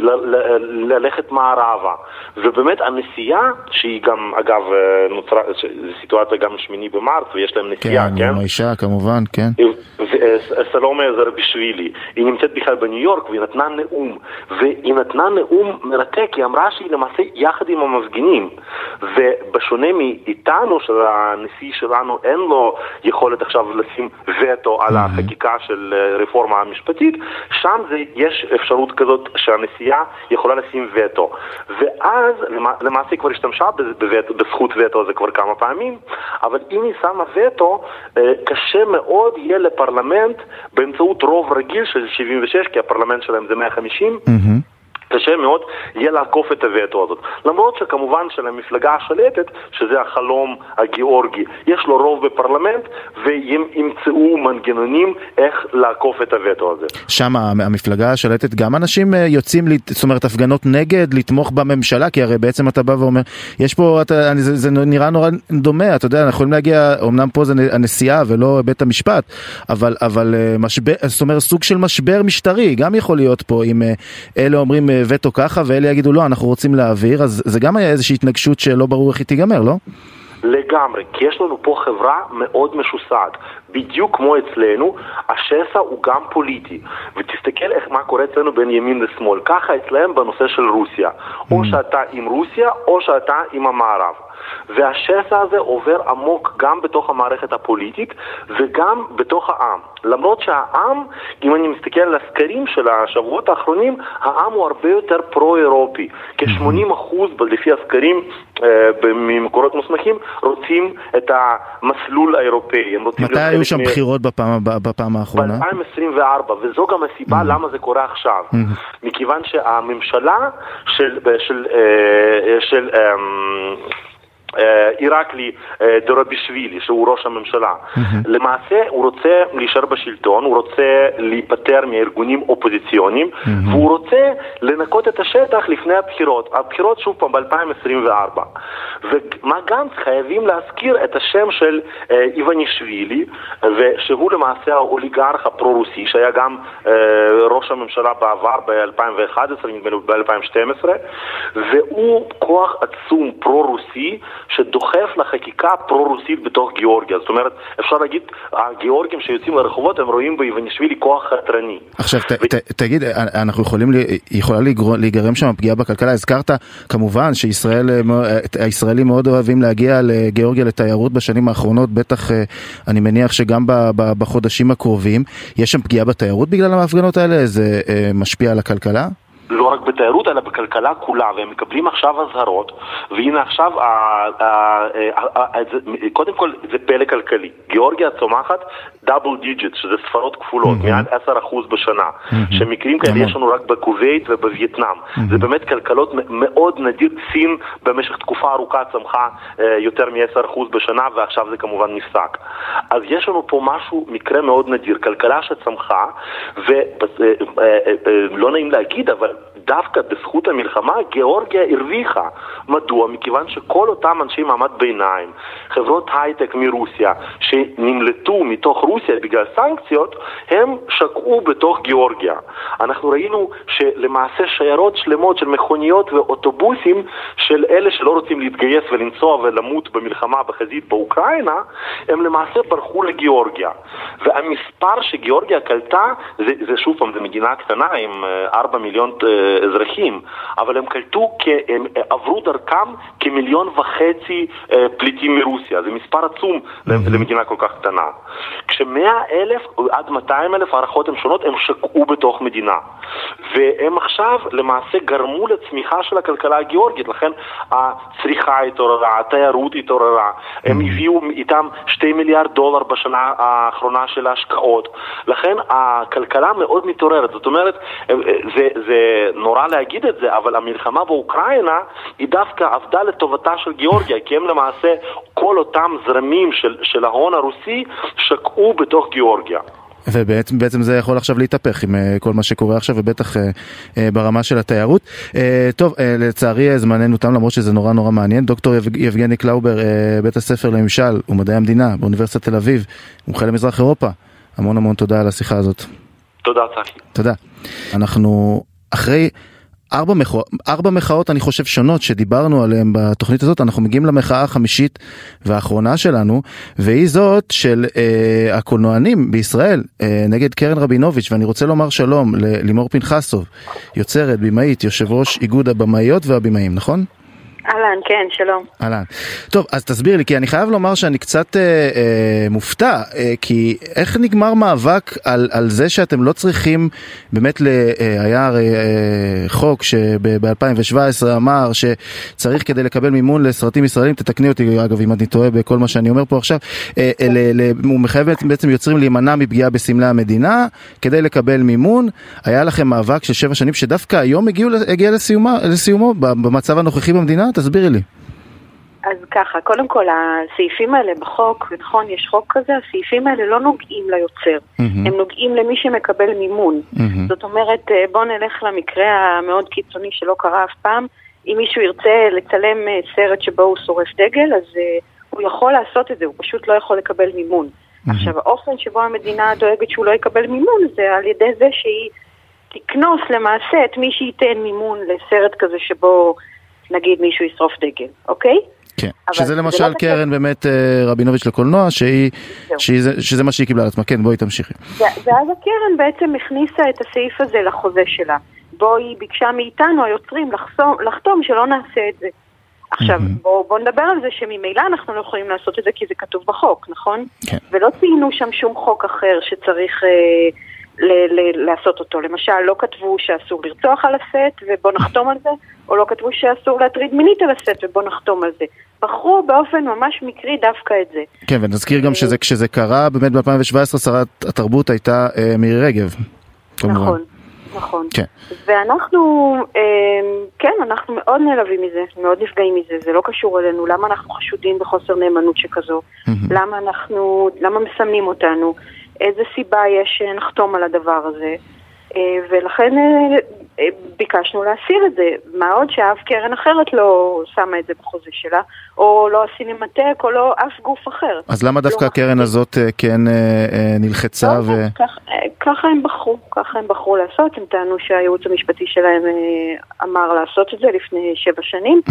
ללכת מערבה, ובאמת הנסיעה, שהיא גם, אגב, נוצרה, זו סיטואציה גם שמיני במרץ, ויש להם נסיעה, כן? כן, עם האישה, כמובן, כן. סלומה זרבישווילי, היא נמצאת בכלל בניו יורק, והיא נתנה נאום, והיא נתנה נאום מרתק, היא אמרה שהיא למעשה יחד עם המפגינים, ובשונה מאיתנו, של הנשיא שלנו, אין לו יכולת עכשיו לשים וטו על החקיקה של רפורמה המשפטית, שם זה, יש אפשרות כזאת שהנשיאה יכולה לשים וטו. ואז, למעשה כבר השתמשה בווטו, בזכות וטו הזה כבר כמה פעמים, אבל אם היא שמה וטו, קשה מאוד יהיה לפרלמנט, באמצעות רוב רגיל של שבעים ושש, כי הפרלמנט שלהם זה מאה וחמישים, קשה מאוד יהיה לעקוף את הווטו הזאת. למרות שכמובן של המפלגה השלטת, שזה החלום הגיאורגי, יש לו רוב בפרלמנט, והם ימצאו מנגנונים איך לעקוף את הווטו הזה. שם המפלגה השלטת גם אנשים יוצאים, זאת אומרת, הפגנות נגד, לתמוך בממשלה, כי הרי בעצם אתה בא ואומר, יש פה, אתה, זה, זה נראה נורא דומה, אתה יודע, אנחנו יכולים להגיע, אמנם פה זה הנשיאה ולא בית המשפט, אבל, אבל משבר, זאת אומרת, סוג של משבר משטרי, גם יכול להיות פה, אם אלה אומרים וטו ככה, ואלה יגידו לא, אנחנו רוצים להעביר, אז זה גם היה איזושהי התנגשות שלא ברור איך היא תיגמר, לא? לגמרי, כי יש לנו פה חברה מאוד משוסעת. בדיוק כמו אצלנו, השסע הוא גם פוליטי. ותסתכל איך מה קורה אצלנו בין ימין לשמאל. ככה אצלם בנושא של רוסיה. או שאתה עם רוסיה, או שאתה עם המערב. והשסע הזה עובר עמוק גם בתוך המערכת הפוליטית וגם בתוך העם. למרות שהעם, אם אני מסתכל על הסקרים של השבועות האחרונים, העם הוא הרבה יותר פרו-אירופי. כ-שמונים אחוז לפי הסקרים ממקורות מוסמכים רוצים את המסלול האירופאי. מתי היו שם בחירות בפעם, בפעם האחרונה? ב-אלפיים עשרים וארבע, וזו גם הסיבה למה זה קורה עכשיו. מכיוון שהממשלה של... של, של אירקלי דורבישווילי, שהוא ראש הממשלה. למעשה הוא רוצה להישאר בשלטון, הוא רוצה להיפטר מהארגונים אופוזיציוניים, והוא רוצה לנקות את השטח לפני הבחירות. הבחירות שוב פעם ב-אלפיים עשרים וארבע. ומה גם חייבים להזכיר את השם של איוונישווילי, ושהוא למעשה האוליגרך הפרו-רוסי, שהיה גם ראש הממשלה בעבר ב-אלפיים ואחת עשרה, ב-אלפיים ושתים עשרה, והוא כוח עצום פרו-רוסי, שדוחף לחקיקה פרו-רוסית בתוך גיאורגיה. זאת אומרת, אפשר להגיד, הגיאורגים שיוצאים לרחובות, הם רואים באיוונישווילי כוח חתרני. עכשיו, תגיד, אנחנו יכולים, יכולה להיגרם שם פגיעה בכלכלה? הזכרת, כמובן, שהישראלים מאוד אוהבים להגיע לגיאורגיה לתיירות בשנים האחרונות, בטח, אני מניח שגם בחודשים הקרובים. יש שם פגיעה בתיירות בגלל המהפגנות האלה? זה משפיע על הכלכלה? לא רק בתיירות, אלא בכלכלה כולה, והם מקבלים עכשיו הזהרות, והנה עכשיו, קודם כל זה פלא כלכלי. גיאורגיה צומחת דאבל דיג'יט, שזה ספרות כפולות, מעל עשרה אחוז בשנה, שמקרים כאלה יש לנו רק בכווית ובווייטנאם. זה באמת כלכלות מאוד נדיר. סין במשך תקופה ארוכה צמחה יותר מ-עשרה אחוז בשנה, ועכשיו זה כמובן נפסק. אז יש לנו פה משהו, מקרה מאוד נדיר, כלכלה שצמחה, ולא נעים להגיד, אבל דווקא בזכות המלחמה גיאורגיה הרוויחה. מדוע? מכיוון שכל אותם אנשי מעמד ביניים, חברות הייטק מרוסיה, שנמלטו מתוך רוסיה בגלל סנקציות, הם שקעו בתוך גיאורגיה. אנחנו ראינו שלמעשה שיירות שלמות של מכוניות ואוטובוסים של אלה שלא רוצים להתגייס ולנסוע ולמות במלחמה בחזית באוקראינה, הם למעשה ברחו לגיאורגיה. והמספר שגיאורגיה קלטה, זה, זה שוב פעם, זה מדינה קטנה עם ארבע מיליון אזרחים, אבל הם קלטו, הם עברו דרכם כמיליון וחצי פליטים מרוסיה. זה מספר עצום למדינה כל כך קטנה. כשמאה אלף עד מאתיים אלף הערכות הן שונות, הם שקעו בתוך מדינה. והם עכשיו למעשה גרמו לצמיחה של הכלכלה הגיאורגית, לכן הצריכה התעוררה, התיירות התעוררה, הם הביאו איתם שתי מיליארד דולר בשנה האחרונה של ההשקעות. לכן הכלכלה מאוד מתעוררת. זאת אומרת, זה, זה נורא להגיד את זה, אבל המלחמה באוקראינה היא דווקא עבדה לטובתה של גיאורגיה, כי הם למעשה כל אותם זרמים של, של ההון הרוסי שקעו בתוך גיאורגיה. ובעצם בעצם זה יכול עכשיו להתהפך עם uh, כל מה שקורה עכשיו, ובטח uh, uh, ברמה של התיירות. Uh, טוב, uh, לצערי זמננו תם, למרות שזה נורא נורא מעניין. דוקטור יבגני קלאובר, uh, בית הספר לממשל ומדעי המדינה באוניברסיטת תל אביב, מומחה למזרח אירופה. המון המון תודה על השיחה הזאת. תודה, צחי. תודה. אנחנו אחרי ארבע, מחא, ארבע מחאות, אני חושב, שונות שדיברנו עליהן בתוכנית הזאת. אנחנו מגיעים למחאה החמישית והאחרונה שלנו, והיא זאת של אה, הקולנוענים בישראל, אה, נגד קרן רבינוביץ', ואני רוצה לומר שלום ללימור פנחסוב, יוצרת, בימאית, יושב ראש איגוד הבמאיות והבימאים, נכון? אהלן, כן, שלום. אהלן. טוב, אז תסביר לי, כי אני חייב לומר שאני קצת אה, אה, מופתע, אה, כי איך נגמר מאבק על, על זה שאתם לא צריכים, באמת אה, היה הרי אה, חוק שב-אלפיים שבע עשרה אמר שצריך כדי לקבל מימון לסרטים ישראלים, תתקני אותי אגב אם אני טועה בכל מה שאני אומר פה עכשיו, אה, אה, ל, ל, הוא מחייב בעצם יוצרים להימנע מפגיעה בסמלי המדינה, כדי לקבל מימון. היה לכם מאבק של שבע שנים שדווקא היום הגיעו, הגיע לסיומו, לסיומו במצב הנוכחי במדינה? תסבירי לי. אז ככה, קודם כל, הסעיפים האלה בחוק, נכון, יש חוק כזה, הסעיפים האלה לא נוגעים ליוצר, mm-hmm. הם נוגעים למי שמקבל מימון. Mm-hmm. זאת אומרת, בוא נלך למקרה המאוד קיצוני שלא קרה אף פעם, אם מישהו ירצה לצלם סרט שבו הוא שורף דגל, אז uh, הוא יכול לעשות את זה, הוא פשוט לא יכול לקבל מימון. Mm-hmm. עכשיו, האופן שבו המדינה דואגת שהוא לא יקבל מימון, זה על ידי זה שהיא תקנוס למעשה את מי שייתן מימון לסרט כזה שבו נגיד מישהו ישרוף דגל, אוקיי? כן, שזה למשל לא קרן באמת רבינוביץ' לקולנוע, שהיא, שזה, שזה מה שהיא קיבלה על עצמה. כן, בואי תמשיכי. ואז הקרן בעצם הכניסה את הסעיף הזה לחוזה שלה, בו היא ביקשה מאיתנו, היוצרים, לחתום, לחתום שלא נעשה את זה. עכשיו, Mm-hmm. בוא, בוא נדבר על זה שממילא אנחנו לא יכולים לעשות את זה כי זה כתוב בחוק, נכון? כן. ולא ציינו שם שום חוק אחר שצריך אה, ל- ל- לעשות אותו. למשל, לא כתבו שאסור לרצוח על הסט ובוא נחתום על זה, או לא כתבו שאסור להטריד מינית על הסט ובוא נחתום על זה. בחרו באופן ממש מקרי דווקא את זה. כן, ונזכיר גם שזה, כשזה קרה, באמת ב-אלפיים שבע עשרה שרת התרבות הייתה אה, מירי רגב. כמובן. נכון. נכון. כן. ואנחנו, כן, אנחנו מאוד נעלבים מזה, מאוד נפגעים מזה, זה לא קשור אלינו, למה אנחנו חשודים בחוסר נאמנות שכזו, למה אנחנו, למה מסמנים אותנו, איזה סיבה יש שנחתום על הדבר הזה, ולכן ביקשנו להסיר את זה, מה עוד שאף קרן אחרת לא שמה את זה בחוזה שלה, או לא הסינמטק, או לא אף גוף אחר. אז למה דווקא הקרן הזאת כן נלחצה? ככה הם בחרו, ככה הם בחרו לעשות, הם טענו שהייעוץ המשפטי שלהם אמר לעשות את זה לפני שבע שנים.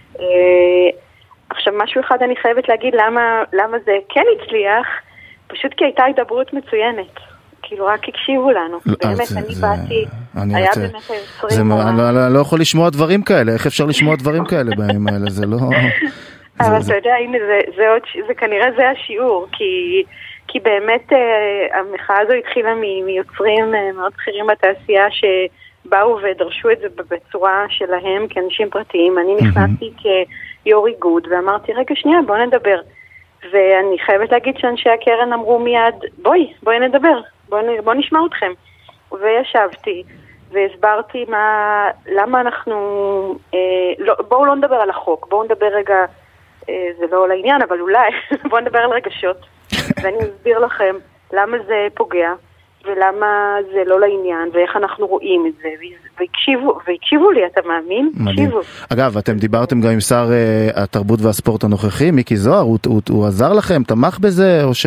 עכשיו, משהו אחד אני חייבת להגיד למה זה כן הצליח, פשוט כי הייתה הידברות מצוינת. כאילו רק הקשיבו לנו, באמת אני באתי, היה באמת היוצרים. אני לא יכול לשמוע דברים כאלה, איך אפשר לשמוע דברים כאלה בימים האלה, זה לא... אבל אתה יודע, הנה זה כנראה זה השיעור, כי באמת המחאה הזו התחילה מיוצרים מאוד בכירים בתעשייה שבאו ודרשו את זה בצורה שלהם כאנשים פרטיים. אני נכנסתי כיו"ר איגוד ואמרתי, רגע שנייה, בוא נדבר. ואני חייבת להגיד שאנשי הקרן אמרו מיד, בואי, בואי נדבר. בואו בוא נשמע אתכם. וישבתי והסברתי מה, למה אנחנו, אה, לא, בואו לא נדבר על החוק, בואו נדבר רגע, אה, זה לא לעניין, אבל אולי, בואו נדבר על רגשות. ואני אסביר לכם למה זה פוגע, ולמה זה לא לעניין, ואיך אנחנו רואים את זה, והקשיבו, והקשיבו לי, אתה מאמין? מדהים. אגב, אתם דיברתם גם עם שר uh, התרבות והספורט הנוכחי, מיקי זוהר, הוא, הוא, הוא עזר לכם, תמך בזה, או ש...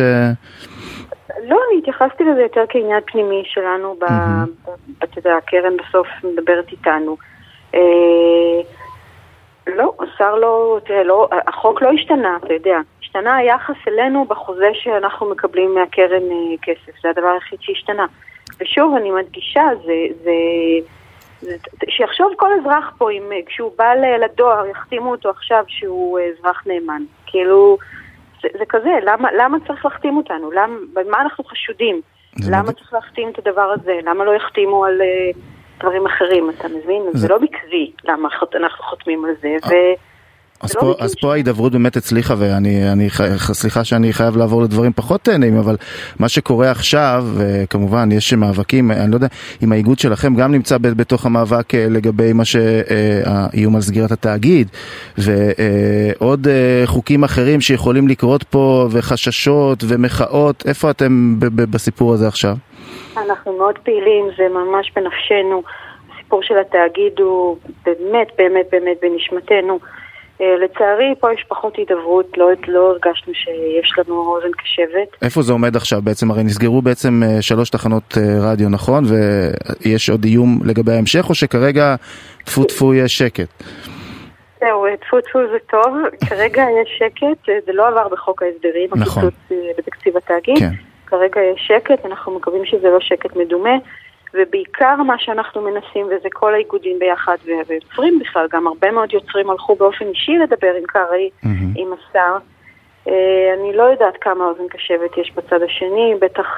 לא, אני התייחסתי לזה יותר כעניין פנימי שלנו, אתה יודע, הקרן בסוף מדברת איתנו. לא, השר לא, תראה, לא, החוק לא השתנה, אתה יודע. השתנה היחס אלינו בחוזה שאנחנו מקבלים מהקרן כסף, זה הדבר היחיד שהשתנה. ושוב, אני מדגישה, זה, זה, זה, שיחשוב כל אזרח פה, אם, כשהוא בא לדואר, יחתימו אותו עכשיו שהוא אזרח נאמן. כאילו... זה, זה כזה, למה, למה צריך להחתים אותנו? למה, במה אנחנו חשודים? למה מד... צריך להחתים את הדבר הזה? למה לא יחתימו על uh, דברים אחרים? אתה מבין? זה, זה לא בקרי למה אנחנו חותמים על זה. ו... אז, פה, לא אז פה ההידברות באמת הצליחה, ואני, אני, סליחה שאני חייב לעבור לדברים פחות נעים, אבל מה שקורה עכשיו, כמובן יש מאבקים, אני לא יודע אם האיגוד שלכם גם נמצא בתוך המאבק לגבי מה שהאיום על סגירת התאגיד, ועוד חוקים אחרים שיכולים לקרות פה, וחששות ומחאות, איפה אתם בסיפור הזה עכשיו? אנחנו מאוד פעילים, זה ממש בנפשנו, הסיפור של התאגיד הוא באמת, באמת, באמת בנשמתנו, לצערי, פה יש פחות הידברות, לא, לא הרגשנו שיש לנו אוזן קשבת. איפה זה עומד עכשיו בעצם? הרי נסגרו בעצם שלוש תחנות רדיו, נכון? ויש עוד איום לגבי ההמשך, או שכרגע תפו תפו יש שקט? זהו, תפו תפו זה טוב, כרגע יש שקט, זה לא עבר בחוק ההסדרים, נכון. הקיצוץ בתקציב התאגיד, כן. כרגע יש שקט, אנחנו מקווים שזה לא שקט מדומה, ובעיקר מה שאנחנו מנסים, וזה כל האיגודים ביחד, ויוצרים בכלל, גם הרבה מאוד יוצרים הלכו באופן אישי לדבר עם קרי, mm-hmm. עם השר. אני לא יודעת כמה אוזן קשבת יש בצד השני, בטח,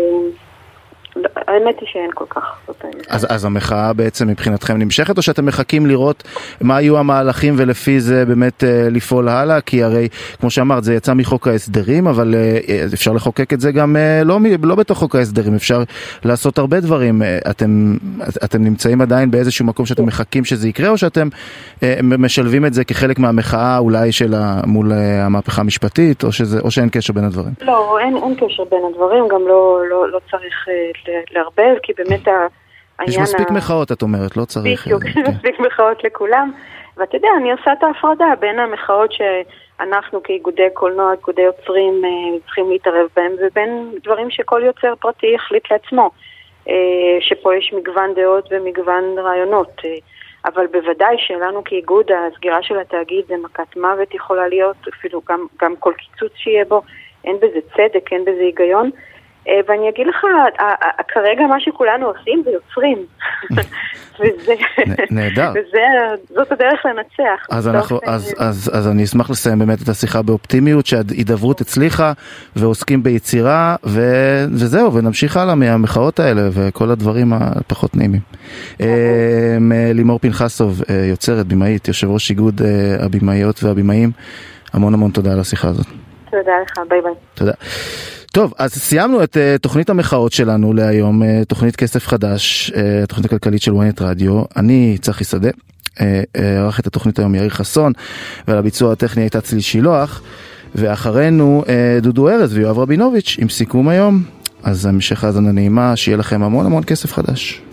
האמת היא שאין כל כך. אז, אז המחאה בעצם מבחינתכם נמשכת, או שאתם מחכים לראות מה היו המהלכים ולפי זה באמת לפעול הלאה? כי הרי, כמו שאמרת, זה יצא מחוק ההסדרים, אבל אפשר לחוקק את זה גם לא, לא בתוך חוק ההסדרים, אפשר לעשות הרבה דברים. אתם, אתם נמצאים עדיין באיזשהו מקום שאתם מחכים שזה יקרה, או שאתם משלבים את זה כחלק מהמחאה אולי של מול המהפכה המשפטית, או, שזה, או שאין קשר בין הדברים? לא, אין, אין קשר בין הדברים, גם לא, לא, לא צריך להרבב, כי באמת העניין... יש מספיק מחאות, את אומרת, לא צריך... בדיוק, יש מספיק מחאות לכולם, ואתה יודע, אני עושה את ההפרדה בין המחאות שאנחנו כאיגודי קולנוע, איגודי יוצרים, צריכים להתערב בהם, ובין דברים שכל יוצר פרטי החליט לעצמו, שפה יש מגוון דעות ומגוון רעיונות, אבל בוודאי שלנו כאיגוד, הסגירה של התאגיד זה מכת מוות יכולה להיות, אפילו גם, גם כל קיצוץ שיהיה בו, אין בזה צדק, אין בזה היגיון, ואני אגיד לך, כרגע מה שכולנו עושים זה יוצרים. וזה, נהדר. וזה, זאת הדרך לנצח. אז, אנחנו, אז, אז, אז אני אשמח לסיים באמת את השיחה באופטימיות, שההידברות הצליחה, ועוסקים ביצירה, ו, וזהו, ונמשיך הלאה מהמחאות האלה, וכל הדברים הפחות נעימים. לימור פנחסוב, יוצרת, בימאית, יושב ראש איגוד הבימאיות והבימאים, המון המון תודה על השיחה הזאת. תודה לך, ביי ביי. תודה. טוב, אז סיימנו את uh, תוכנית המחאות שלנו להיום, uh, תוכנית כסף חדש, uh, תוכנית הכלכלית של וויינט רדיו. אני צחי שדה, uh, uh, ערך את התוכנית היום יאיר חסון, ועל הביצוע הטכני הייתה צליל שילוח, ואחרינו uh, דודו ארז ויואב רבינוביץ' עם סיכום היום. אז המשך האזנה נעימה, שיהיה לכם המון המון כסף חדש.